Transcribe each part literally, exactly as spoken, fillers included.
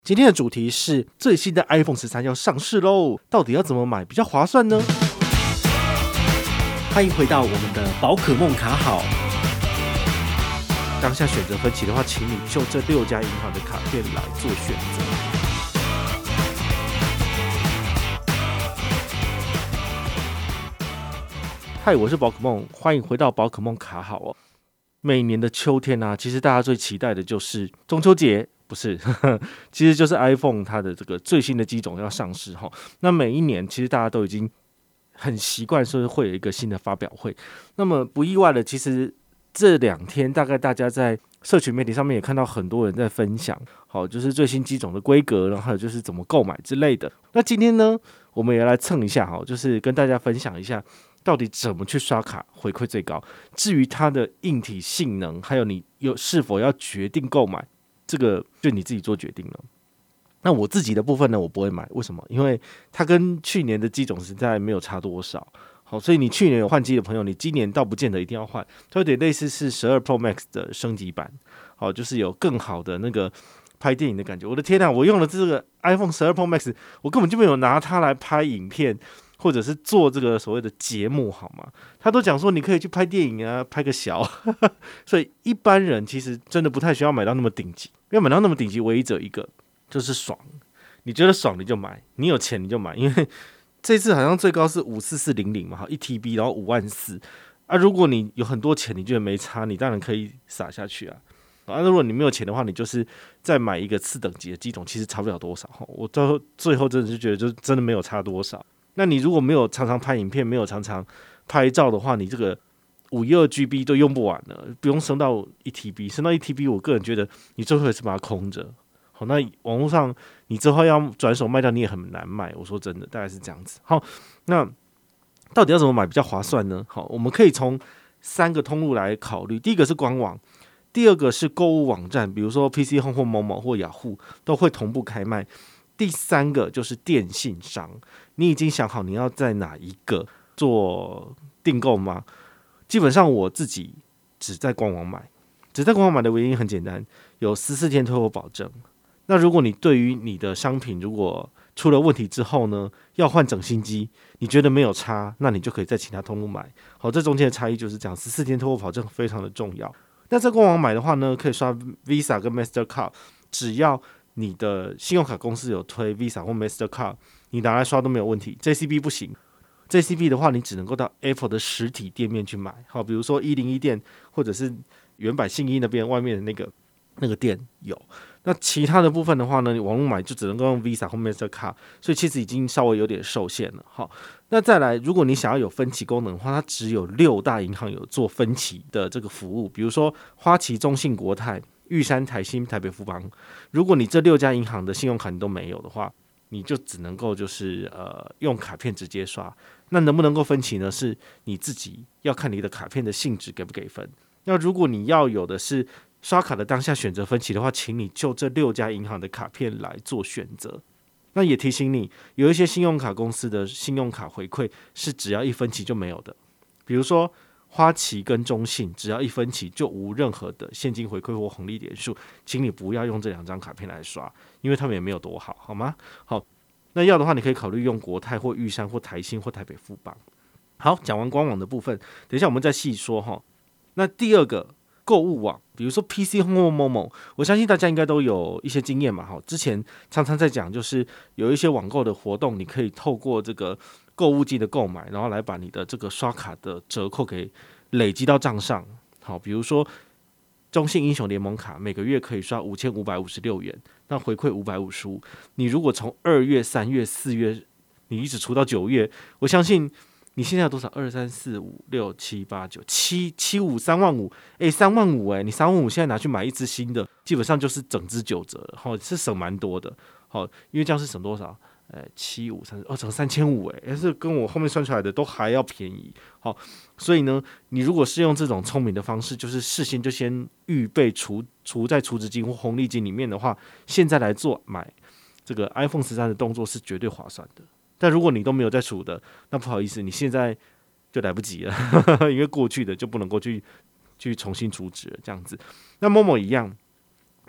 今天的主题是最新的 iPhone 十三要上市喽，到底要怎么买比较划算呢？欢迎回到我们的宝可梦卡好。当下选择分期的话，请你就这六家银行的卡片来做选择。嗨，我是宝可梦，欢迎回到宝可梦卡好哦。每年的秋天啊，其实大家最期待的就是中秋节。不是，呵呵，其实就是 iPhone 它的这个最新的机种要上市哈。那每一年其实大家都已经很习惯，说会有一个新的发表会。那么不意外的，其实这两天大概大家在社群媒体上面也看到很多人在分享，好，就是最新机种的规格，然后还有就是怎么购买之类的。那今天呢，我们也来蹭一下哈，就是跟大家分享一下到底怎么去刷卡回馈最高。至于它的硬体性能，还有你有是否要决定购买。这个就你自己做决定了。那我自己的部分呢，我不会买，为什么？因为它跟去年的机种实在没有差多少。好，所以你去年有换机的朋友，你今年倒不见得一定要换，它有点类似是十二 Pro Max 的升级版。好，就是有更好的那个拍电影的感觉。我的天啊，我用了这个 iPhone 十二 Pro Max， 我根本就没有拿它来拍影片。或者是做这个所谓的节目好吗？他都讲说你可以去拍电影啊，拍个小，所以一般人其实真的不太需要买到那么顶级，因为买到那么顶级唯一只有一个就是爽，你觉得爽你就买，你有钱你就买，因为这次好像最高是五四四零零嘛，好一 T B， 然后五万四啊。如果你有很多钱，你觉得没差，你当然可以撒下去啊。啊，如果你没有钱的话，你就是再买一个次等级的机种，其实差不了多少。我最后最后真的就觉得，就真的没有差多少。那你如果没有常常拍影片，没有常常拍照的话，你这个五十二 G B 都用不完了，不用升到一 T B， 升到一 T B， 我个人觉得你最后也是把它空着。好，那网络上你之后要转手卖掉，你也很难卖。我说真的，大概是这样子。好，那到底要怎么买比较划算呢？好，我们可以从三个通路来考虑。第一个是官网，第二个是购物网站，比如说 P C Home 或某某或雅虎都会同步开卖。第三个就是电信商，你已经想好你要在哪一个做订购吗？基本上我自己只在官网买，只在官网买的原因很简单，有十四天退货保证。那如果你对于你的商品如果出了问题之后呢，要换整新机，你觉得没有差，那你就可以在其他通路买。好，这中间的差异就是这样，十四天退货保证非常的重要。那在官网买的话呢，可以刷 Visa 跟 Mastercard， 只要你的信用卡公司有推 Visa 或 Mastercard， 你拿来刷都没有问题。J C B 不行 ，J C B 的话，你只能够到 Apple 的实体店面去买。好，比如说一零一店或者是原版信义那边外面的那个那个店有。那其他的部分的话呢，你网络买就只能够用 Visa 或 Mastercard， 所以其实已经稍微有点受限了。好，那再来，如果你想要有分期功能的话，它只有六大银行有做分期的这个服务，比如说花旗、中信、国泰、玉山、台新、台北富邦。如果你这六家银行的信用卡你都没有的话，你就只能够就是呃用卡片直接刷。那能不能够分期呢？是你自己要看你的卡片的性质给不给分。那如果你要有的是刷卡的当下选择分期的话，请你就这六家银行的卡片来做选择。那也提醒你，有一些信用卡公司的信用卡回馈是只要一分期就没有的，比如说花旗跟中信只要一分期就无任何的现金回馈或红利点数，请你不要用这两张卡片来刷，因为他们也没有多好，好吗？好，那要的话你可以考虑用国泰或玉山或台新或台北富邦。好，讲完官网的部分，等一下我们再细说哈。那第二个购物网，比如说 P C Home 或某某，我相信大家应该都有一些经验嘛。之前常常在讲，就是有一些网购的活动，你可以透过这个购物季的购买，然后来把你的这个刷卡的折扣给累积到账上。好，比如说中信英雄联盟卡每个月可以刷五千五百五十六元，那回馈五百五十五。你如果从二月、三月、四月，你一直出到九月，我相信你现在有多少？二三四五六七八九七七五三万五，哎，三万五哎，你三万五现在拿去买一支新的，基本上就是整支九折了，好，是省蛮多的，好，因为这样是省多少？呃，七五三哦，省三千五哎，但是跟我后面算出来的都还要便宜，好，所以呢，你如果是用这种聪明的方式，就是事先就先预备储储在储值金或红利金里面的话，现在来做买这个 iPhone 十三的动作是绝对划算的。但如果你都没有在储的，那不好意思，你现在就来不及了，因为过去的就不能够去去重新储值了，这样子。那 Momo 一样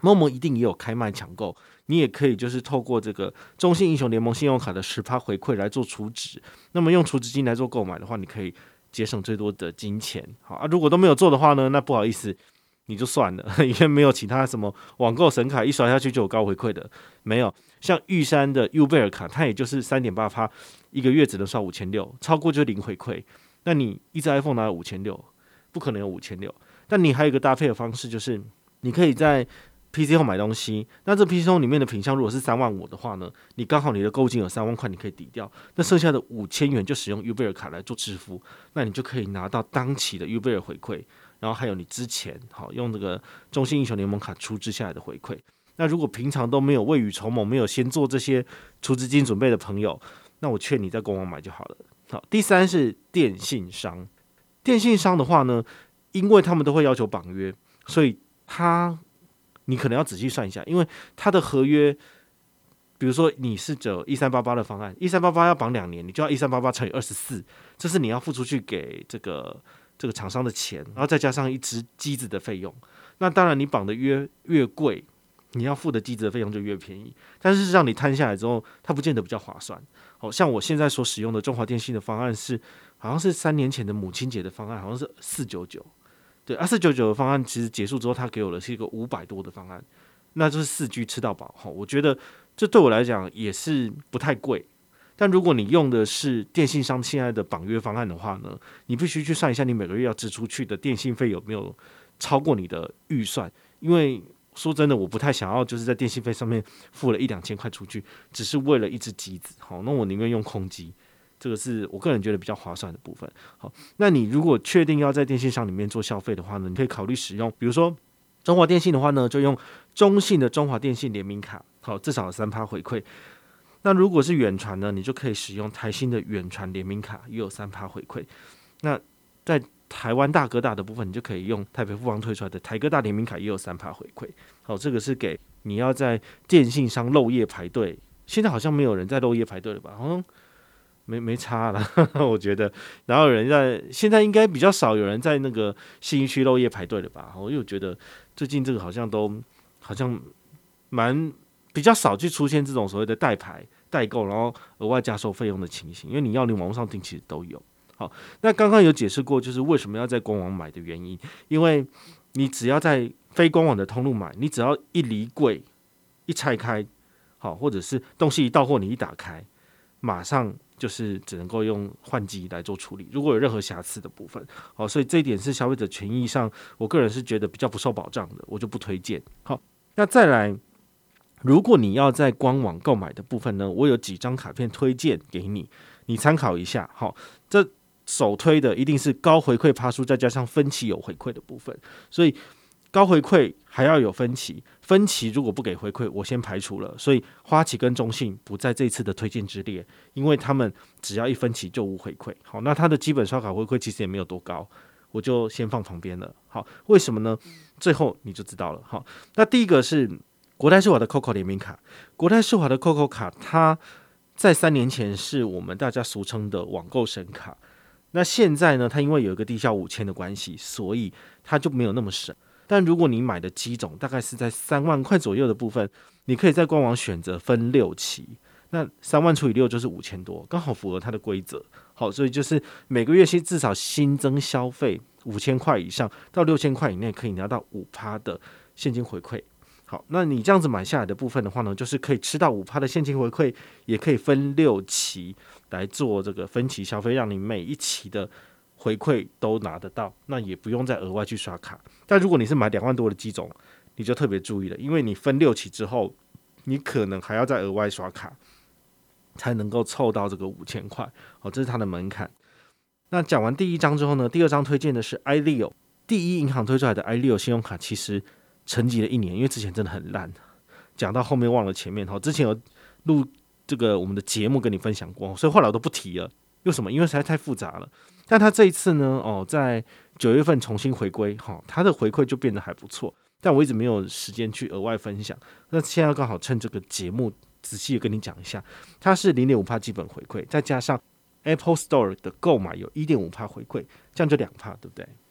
Momo 一定也有开卖抢购，你也可以就是透过这个中信英雄联盟信用卡的 百分之十 回馈来做储值，那么用储值金来做购买的话，你可以节省最多的金钱。好啊，如果都没有做的话呢，那不好意思，你就算了，因为没有其他什么网购神卡一刷下去就有高回馈的，没有。像玉山的 U 贝尔卡，它也就是 百分之三点八， 一个月只能刷五千六百，超过就零回馈。那你一只 iPhone 拿了五千六百，不可能有五千六百。但你还有一个搭配的方式，就是你可以在P C Home 买东西，那这 P C Home 里面的品项如果是三万五的话呢，你刚好你的购物金有三万块，你可以抵掉，那剩下的五千元就使用 U 贝尔卡来做支付，那你就可以拿到当期的 U 贝尔回馈，然后还有你之前好用这个中信英雄联盟卡出资下来的回馈。那如果平常都没有未雨绸缪，没有先做这些储值金准备的朋友，那我劝你在官网买就好了。好，第三是电信商，电信商的话呢，因为他们都会要求绑约，所以他你可能要仔细算一下，因为他的合约，比如说你是走一三八八的方案，一三八八要绑两年，你就要一三八八乘以二十四，这是你要付出去给这个这个厂商的钱，然后再加上一只机子的费用。那当然，你绑的约越贵，你要付的机子的费用就越便宜。但是事实上，你摊下来之后，它不见得比较划算。好像我现在所使用的中华电信的方案是，好像是三年前的母亲节的方案，好像是四九九。对啊，四九九的方案其实结束之后，他给我的是一个五百多的方案，那就是四 G 吃到饱。我觉得这对我来讲也是不太贵。但如果你用的是电信商现在的绑约方案的话呢，你必须去算一下你每个月要支出去的电信费有没有超过你的预算。因为说真的，我不太想要就是在电信费上面付了一两千块出去，只是为了一只机子。好，那我宁愿用空机。这个是我个人觉得比较划算的部分。好，那你如果确定要在电信商里面做消费的话呢，你可以考虑使用，比如说中华电信的话呢，就用中信的中华电信联名卡，好，至少有三趴回馈。那如果是远传呢，你就可以使用台新的远传联名卡，也有三趴回馈。那在台湾大哥大的部分，你就可以用台北富邦推出来的台哥大联名卡，也有三趴回馈。好，这个是给你要在电信商漏夜排队，现在好像没有人在漏夜排队了吧？好像没没差了，我觉得。然后有人在现在应该比较少有人在那个信义区漏夜排队了吧？我又觉得最近这个好像都好像蛮比较少去出现这种所谓的代排代购，然后额外加收费用的情形，因为你要你网络上订其实都有。好，那刚刚有解释过，就是为什么要在官网买的原因，因为你只要在非官网的通路买，你只要一离柜一拆开，好，或者是东西一到货你一打开，马上就是只能够用换机来做处理，如果有任何瑕疵的部分，好，所以这一点是消费者权益上，我个人是觉得比较不受保障的，我就不推荐。好，那再来，如果你要在官网购买的部分呢，我有几张卡片推荐给你，你参考一下。好，这首推的一定是高回馈趴数，再加上分期有回馈的部分，所以高回馈还要有分期，分期如果不给回馈，我先排除了，所以花旗跟中信不在这次的推荐之列，因为他们只要一分期就无回馈。好，那它的基本刷卡回馈其实也没有多高，我就先放旁边了。好，为什么呢？最后你就知道了。好，那第一个是国泰世华的 C O C O 联名卡，国泰世华的 C O C O 卡，它在三年前是我们大家俗称的网购神卡，那现在呢，它因为有一个低消五千的关系，所以它就没有那么省。但如果你买的机种大概是在三万块左右的部分，你可以在官网选择分六期，那三万除以六就是五千多，刚好符合它的规则。好，所以就是每个月至少新增消费五千块以上到六千块以内，可以拿到五趴的现金回馈。好，那你这样子买下来的部分的话呢，就是可以吃到五趴的现金回馈，也可以分六期来做这个分期消费，让你每一期的回馈都拿得到，那也不用再额外去刷卡。但如果你是买两万多的机种，你就特别注意了，因为你分六期之后，你可能还要再额外刷卡，才能够凑到这个五千块。好，这是它的门槛。那讲完第一章之后呢，第二章推荐的是 iLeo， 第一银行推出来的 iLeo 信用卡，其实沉寂了一年，因为之前真的很烂，讲到后面忘了前面。好，之前有录这个我们的节目跟你分享过，所以后来我都不提了。为什么？因为实在太复杂了。但他这一次呢，哦，在九月份重新回归，哈、哦，他的回馈就变得还不错。但我一直没有时间去额外分享。那现在刚好趁这个节目，仔细的跟你讲一下，它是 零点五趴 基本回馈，再加上 Apple Store 的购买有 一点五趴 回馈，这样就两趴，对不对？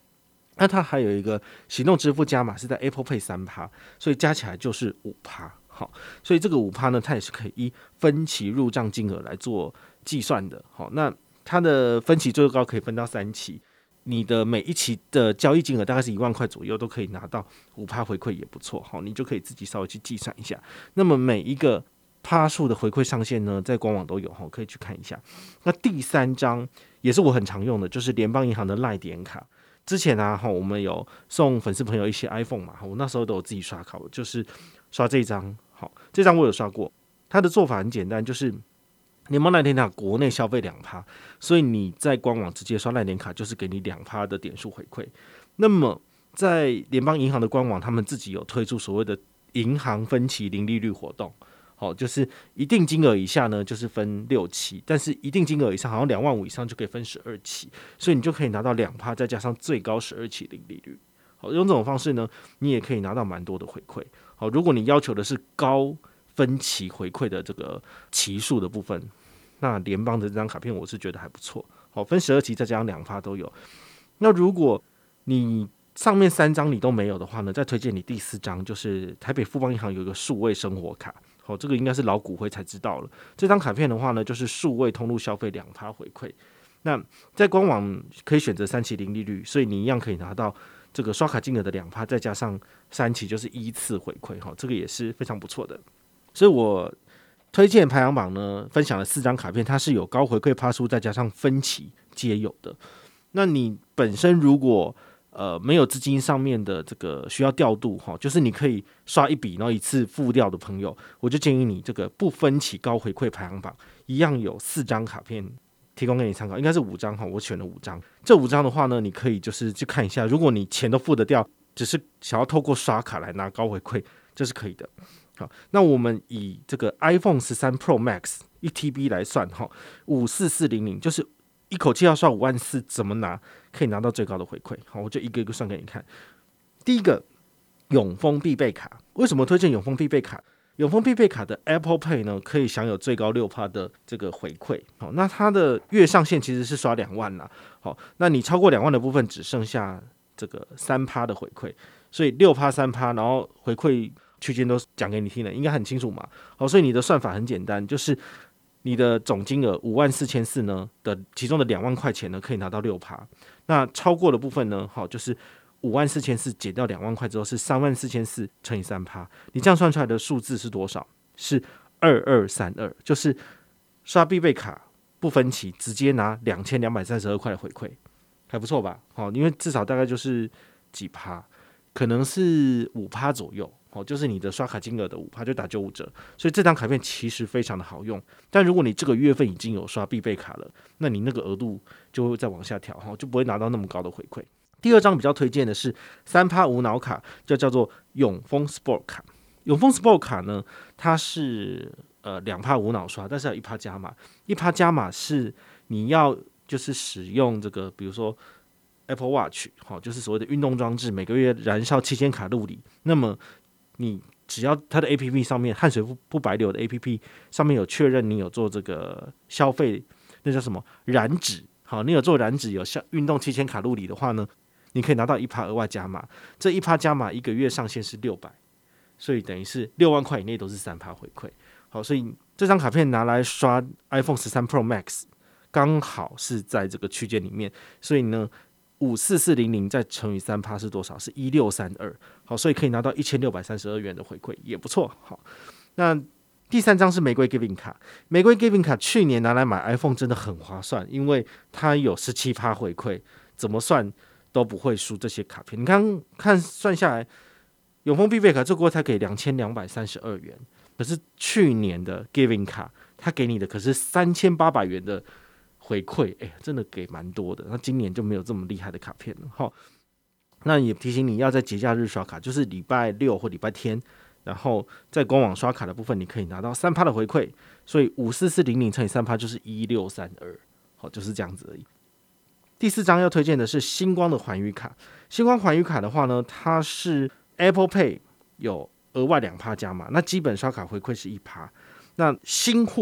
那它还有一个行动支付加码是在 Apple Pay 三趴，所以加起来就是五趴。好，所以这个五趴呢，它也是可以依分期入账金额来做计算的。好，那它的分期最高可以分到三期，你的每一期的交易金额大概是一万块左右，都可以拿到五趴回馈，也不错。好，你就可以自己稍微去计算一下。那么每一个趴数的回馈上限呢，在官网都有，可以去看一下。那第三张也是我很常用的，就是联邦银行的赖点卡。之前啊，我们有送粉丝朋友一些 iPhone 嘛，我那时候都有自己刷卡，就是刷这一张。好，这张我有刷过。它的做法很简单，就是联邦赖点卡国内消费两趴，所以你在官网直接刷赖点卡，就是给你两趴的点数回馈。那么在联邦银行的官网，他们自己有推出所谓的银行分期零利率活动。好，就是一定金额以下呢，就是分六期，但是一定金额以上，好像两万五以上就可以分十二期，所以你就可以拿到两趴，再加上最高十二期零利率。好，用这种方式呢，你也可以拿到蛮多的回馈。好，如果你要求的是高分期回馈的这个期数的部分，那联邦的这张卡片我是觉得还不错。好，分十二期再加上两趴都有。那如果你上面三张你都没有的话呢，再推荐你第四张，就是台北富邦银行有一个数位生活卡。好，这个应该是老骨灰才知道了。这张卡片的话呢，就是数位通路消费两趴回馈。那在官网可以选择三期零利率，所以你一样可以拿到这个刷卡金额的两趴，再加上三期就是依次回馈。好，这个也是非常不错的。所以我推荐排行榜呢，分享了四张卡片，它是有高回馈趴数，再加上分期皆有的。那你本身如果呃，没有资金上面的这个需要调度哈，就是你可以刷一笔，然后一次付掉的朋友，我就建议你这个不分期高回馈排行榜一样有四张卡片提供给你参考，应该是五张哈，我选了五张。这五张的话呢，你可以就是去看一下，如果你钱都付得掉，只是想要透过刷卡来拿高回馈，这是可以的。好，那我们以这个 iPhone 十三 Pro Max 一 T B 来算哈，五四四零零就是一口气要刷五万四，怎么拿可以拿到最高的回馈？好，我就一个一个算给你看。第一个，永丰必备卡。为什么推荐永丰必备卡？永丰必备卡的 Apple Pay 呢，可以享有最高 百分之六 的这个回馈。好，那它的月上限其实是刷两万啦。好，那你超过两万的部分只剩下这个 百分之三 的回馈，所以 百分之六 百分之三， 然后回馈区间都讲给你听了，应该很清楚嘛。好，所以你的算法很简单，就是你的总金额五万四千四呢的其中的两万块钱呢，可以拿到 百分之六， 那超过的部分呢，好，就是五万四千四减掉两万块之后是三万四千四乘以 百分之三， 你这样算出来的数字是多少？是二二三二，就是刷必备卡不分期直接拿两千两百三十二块的回馈，还不错吧？好，因为至少大概就是几趴，可能是五趴左右。哦，就是你的刷卡金额的 百分之五 就打九五折，所以这张卡片其实非常的好用。但如果你这个月份已经有刷必备卡了，那你那个额度就会再往下调，就不会拿到那么高的回馈。第二张比较推荐的是 百分之三 无脑卡，就叫做永丰 Sport 卡。永丰 Sport 卡呢，它是呃 百分之二 无脑刷，但是有 百分之一 加码。一 加码是你要就是使用这个，比如说Apple Watch， 就是所谓的运动装置，每个月燃烧七千卡路里，那么你只要它的 A P P 上面汗水不白流的 A P P 上面有确认你有做这个消费，那叫什么燃脂？好，你有做燃脂有运动七千卡路里的话呢，你可以拿到 百分之一 额外加码。这 百分之一 加码一个月上限是六百，所以等于是六万块以内都是 百分之三 回馈。好，所以这张卡片拿来刷 iPhone 十三 Pro Max 刚好是在这个区间里面，所以呢五四四零零再乘以 百分之三 是多少？是一六三二。好，所以可以拿到一千六百三十二元的回馈，也不错。好，那第三张是玫瑰 Giving 卡。玫瑰 Giving 卡去年拿来买 iPhone 真的很划算，因为它有 百分之十七 回馈，怎么算都不会输这些卡片。你看看算下来，永丰必备卡这个才给两千两百三十二元，可是去年的 Giving 卡它给你的可是三千八百元的回馈，哎、欸，真的给蛮多的。那今年就没有这么厉害的卡片了。好，那也提醒你要在节假日刷卡，就是礼拜六或礼拜天，然后在官网刷卡的部分，你可以拿到 百分之三 的回馈。所以五四四零零乘以 百分之三 就是一六三二，好，就是这样子而已。第四张要推荐的是星光的环宇卡。星光环宇卡的话呢，它是 Apple Pay 有额外 百分之二 加码，那基本刷卡回馈是 百分之一。那新户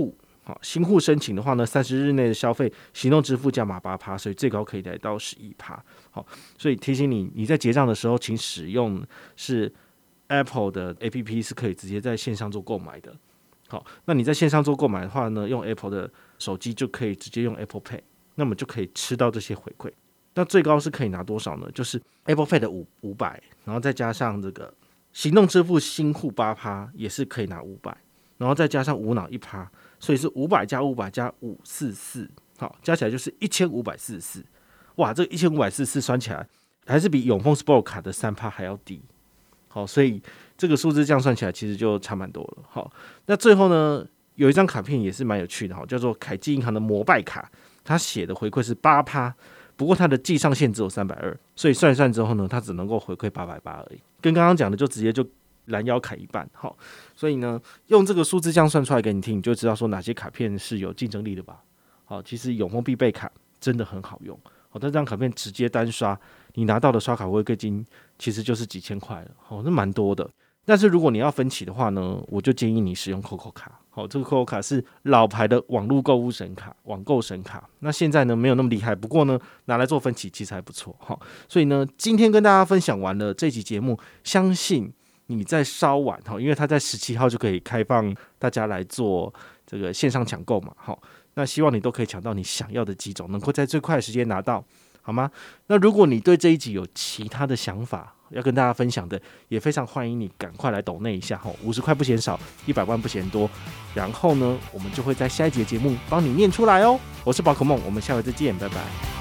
好，新户申请的话呢，三十日内的消费行动支付加码 百分之八， 所以最高可以来到 百分之十一。好，所以提醒你，你在结账的时候，请使用是 Apple 的 A P P 是可以直接在线上做购买的。好，那你在线上做购买的话呢，用 Apple 的手机就可以直接用 Apple Pay， 那么就可以吃到这些回馈。那最高是可以拿多少呢？就是 Apple Pay 的五百，然后再加上这个行动支付新户 百分之八 也是可以拿五百，然后再加上无脑 百分之一， 所以是五百加五百加五百四十四，好，加起来就是一千五百四十四。哇，这个一千五百四十四算起来还是比永丰 Sport 卡的 百分之三 还要低。好，所以这个数字这样算起来其实就差蛮多了。好，那最后呢，有一张卡片也是蛮有趣的，叫做凯基银行的摩拜卡，它写的回馈是 百分之八， 不过它的记上限只有三百二十，所以算一算之后呢，它只能够回馈八百八而已，跟刚刚讲的就直接就拦腰砍一半。好，所以呢，用这个数字这样算出来给你听，你就知道说哪些卡片是有竞争力的吧。好，其实永丰必备卡真的很好用。好，但这张卡片直接单刷，你拿到的刷卡回馈金其实就是几千块了，好，那蛮多的。但是如果你要分期的话呢，我就建议你使用 C O C O 卡。好，这个 C O C O 卡是老牌的网络购物神卡、网购神卡。那现在呢没有那么厉害，不过呢拿来做分期其实还不错。好，所以呢今天跟大家分享完了这期节目，相信你在稍晚，因为它在十七号就可以开放大家来做这个线上抢购嘛。好，那希望你都可以抢到你想要的机种，能够在最快的时间拿到，好吗？那如果你对这一集有其他的想法要跟大家分享的，也非常欢迎你赶快来抖内一下，五十块不嫌少，一百万不嫌多，然后呢我们就会在下一集的节目帮你念出来哦。我是宝可梦，我们下回再见，拜拜。